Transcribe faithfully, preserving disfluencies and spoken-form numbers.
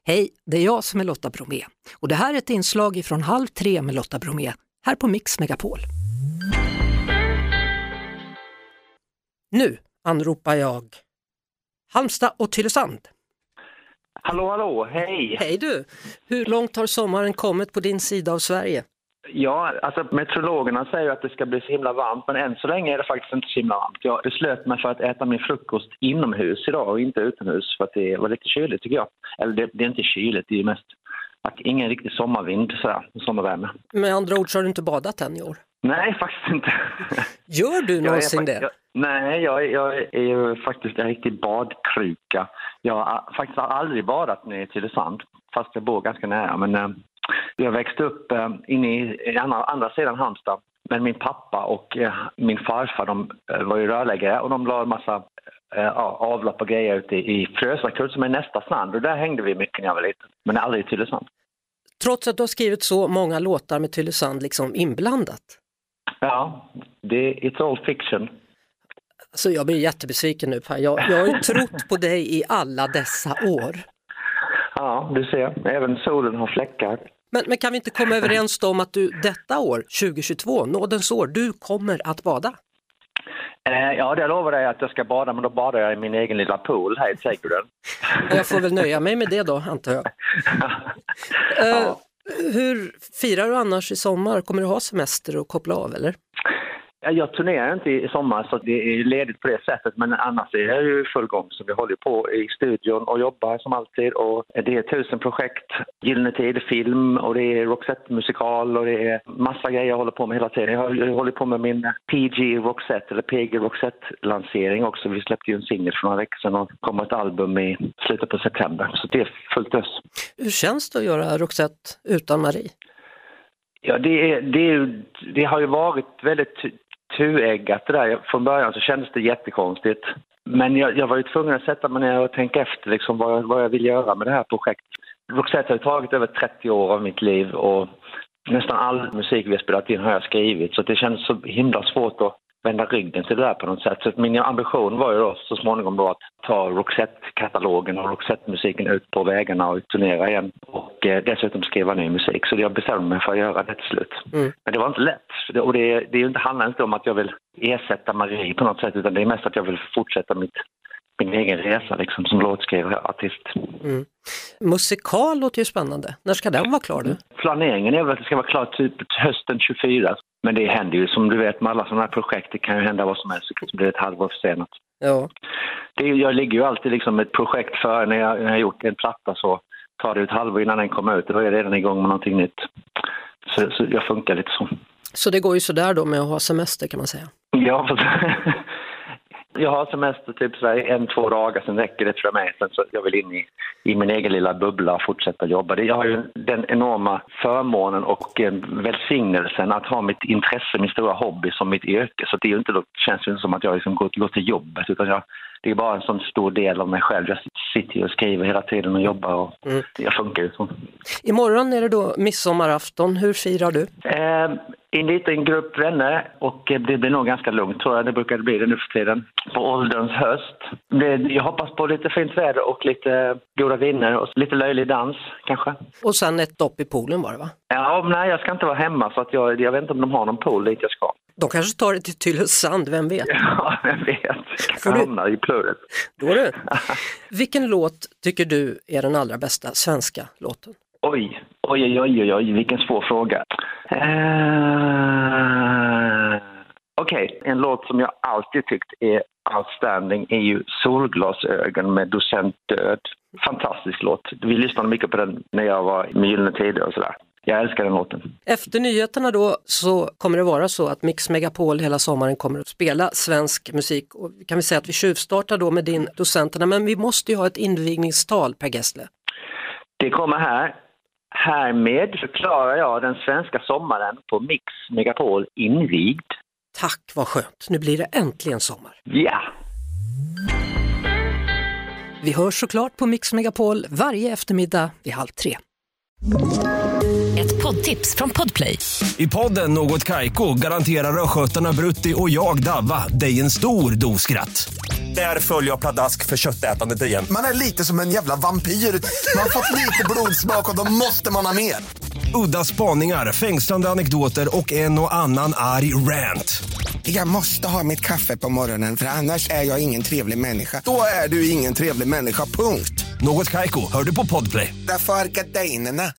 Hej, det är jag som är Lotta Bromé och det här är ett inslag från Halv tre med Lotta Bromé här på Mix Megapol. Nu anropar jag Halmstad och Tylösand. Hallå, hallå, hej! Hej du! Hur långt har sommaren kommit på din sida av Sverige? Ja, alltså meteorologerna säger att det ska bli så himla varmt, men än så länge är det faktiskt inte så himla varmt. Jag beslöt mig för att äta min frukost inomhus idag och inte utomhus för att det var lite kyligt tycker jag. Eller det, det är inte kyligt, det är mest att ingen riktig sommarvind, sådär, sommarvärme. Med andra ord så har du inte badat än i år? Nej, faktiskt inte. Gör du någonsin jag är, det? Jag, nej, jag, jag är ju faktiskt en riktig badkruka. Jag har faktiskt aldrig badat ner till Tylösand, fast jag bor ganska nära, men... Äh, Jag växte upp eh, inne i, i andra, andra sidan Halmstad. Men min pappa och eh, min farfar de, eh, var ju rörläggare och de la en massa eh, avlopp och grejer ute i, i Frösvakult som är nästa strand. Och där hängde vi mycket när jag var liten, men aldrig i Tylösand. Trots att du har skrivit så många låtar med Tylösand liksom inblandat? Ja, det, it's all fiction. Alltså jag blir jättebesviken nu Per. Jag, jag har ju trott på dig i alla dessa år. Ja, du ser. Även solen har fläckar. Men, men kan vi inte komma överens om att du detta år, tjugohundratjugotvå, nådens år, du kommer att bada? Eh, ja, det lovar jag att jag ska bada, men då badar jag i min egen lilla pool här i trädgården. Jag får väl nöja mig med det då, antar jag. Ja. eh, hur firar du annars i sommar? Kommer du ha semester och koppla av, eller? Jag turnerar inte i sommar så det är ledigt på det sättet, men annars är jag ju full gång. Så vi håller på i studion och jobbar som alltid och det är tusen projekt, Gyllene Tid, film och det är Roxette-musikal och det är massa grejer jag håller på med hela tiden. Jag, har, jag håller på med min P G Roxette eller P G Roxette-lansering också. Vi släppte ju en singel för några veckor sedan och kommer ett album i slutet på september, så det är fullt ös. Hur känns det att göra Roxette utan Marie? Ja, det, är, det, är, det har ju varit väldigt tueggat det där. Från början så kändes det jättekonstigt. Men jag, jag var ju tvungen att sätta mig ner och tänka efter liksom vad, jag, vad jag vill göra med det här projektet. Roxette har tagit över trettio år av mitt liv och nästan all musik vi har spelat in har jag skrivit. Så det känns så himla svårt att vända ryggen till det där på något sätt. Så min ambition var ju då så småningom då att ta Roxette-katalogen och Roxette-musiken ut på vägarna och turnera igen. Och eh, dessutom skriva ny musik. Så jag bestämde mig för att göra det till slut. Mm. Men det var inte lätt. Det, och det, det, är, det handlar inte om att jag vill ersätta Marie på något sätt. Utan det är mest att jag vill fortsätta mitt, min egen resa liksom, som låtskrivare och artist. Mm. Musikal låter ju spännande. När ska den vara klar nu? Planeringen är väl att det ska vara klart typ hösten tjugofyra. Men det händer ju, som du vet med alla sådana här projekt, det kan ju hända vad som helst, så blir det ett halvår försenat. Ja. Det är, jag ligger ju alltid liksom ett projekt för när jag, när jag har gjort en platta så tar det ett halvår innan den kommer ut, då är jag redan igång med någonting nytt. Så, så jag funkar lite så. Så det går ju sådär då med att ha semester kan man säga? Ja, för jag har semester typ så här, en, två dagar, sen räcker det för mig. Sen så jag vill in i, i min egen lilla bubbla och fortsätta jobba. Jag har ju den enorma förmånen och välsignelsen att ha mitt intresse, min stora hobby som mitt yrke. Så det är ju inte, det känns ju inte som att jag liksom går, går till jobbet, utan jag, det är bara en sån stor del av mig själv. Jag sitter och skriver hela tiden och jobbar och mm. jag funkar ju så. Imorgon är det då midsommarafton. Hur firar du? Eh, en liten grupp vänner och det blir nog ganska lugnt tror jag. Det brukar det bli det nu för tiden. På ålderns höst. Det, jag hoppas på lite fint väder och lite goda viner och lite löjlig dans kanske. Och sen ett dopp i poolen var det va? Ja, nej jag ska inte vara hemma så att jag, jag vet inte om de har någon pool dit jag ska. De kanske tar det till Tylösand, vem vet? Ja, vem vet. Kanske hamnar i plurret. Då är det. Vilken låt tycker du är den allra bästa svenska låten? Oj, oj, oj, oj, oj, vilken svår fråga. Uh, Okej, okay. En låt som jag alltid tyckt är outstanding är ju Solglasögon med Docent Död. Fantastisk låt. Vi lyssnade mycket på den när jag var med Gyllene Tider och sådär. Jag älskar den låten. Efter nyheterna då så kommer det vara så att Mix Megapol hela sommaren kommer att spela svensk musik. Och kan vi säga att vi tjuvstartar då med din Docenterna, men vi måste ju ha ett invigningstal, Per Gessle. Det kommer här. Härmed förklarar jag den svenska sommaren på Mix Megapol invigd. Tack, vad skönt. Nu blir det äntligen sommar. Ja! Vi hörs såklart på Mix Megapol varje eftermiddag vid halv tre. Ett Ett poddtips från Podplay. I podden Något Kaiko garanterar röskötarna Brutti och jag Davva dig en stor doskratt. Där följer jag pladask för köttätandet igen. Man är lite som en jävla vampyr. Man har fått lite blodsmak och då måste man ha mer. Udda spaningar, fängslande anekdoter och en och annan arg rant. Jag måste ha mitt kaffe på morgonen för annars är jag ingen trevlig människa. Då är du ingen trevlig människa, punkt. Något Kaiko, hör du på Podplay. Därför är gardinerna.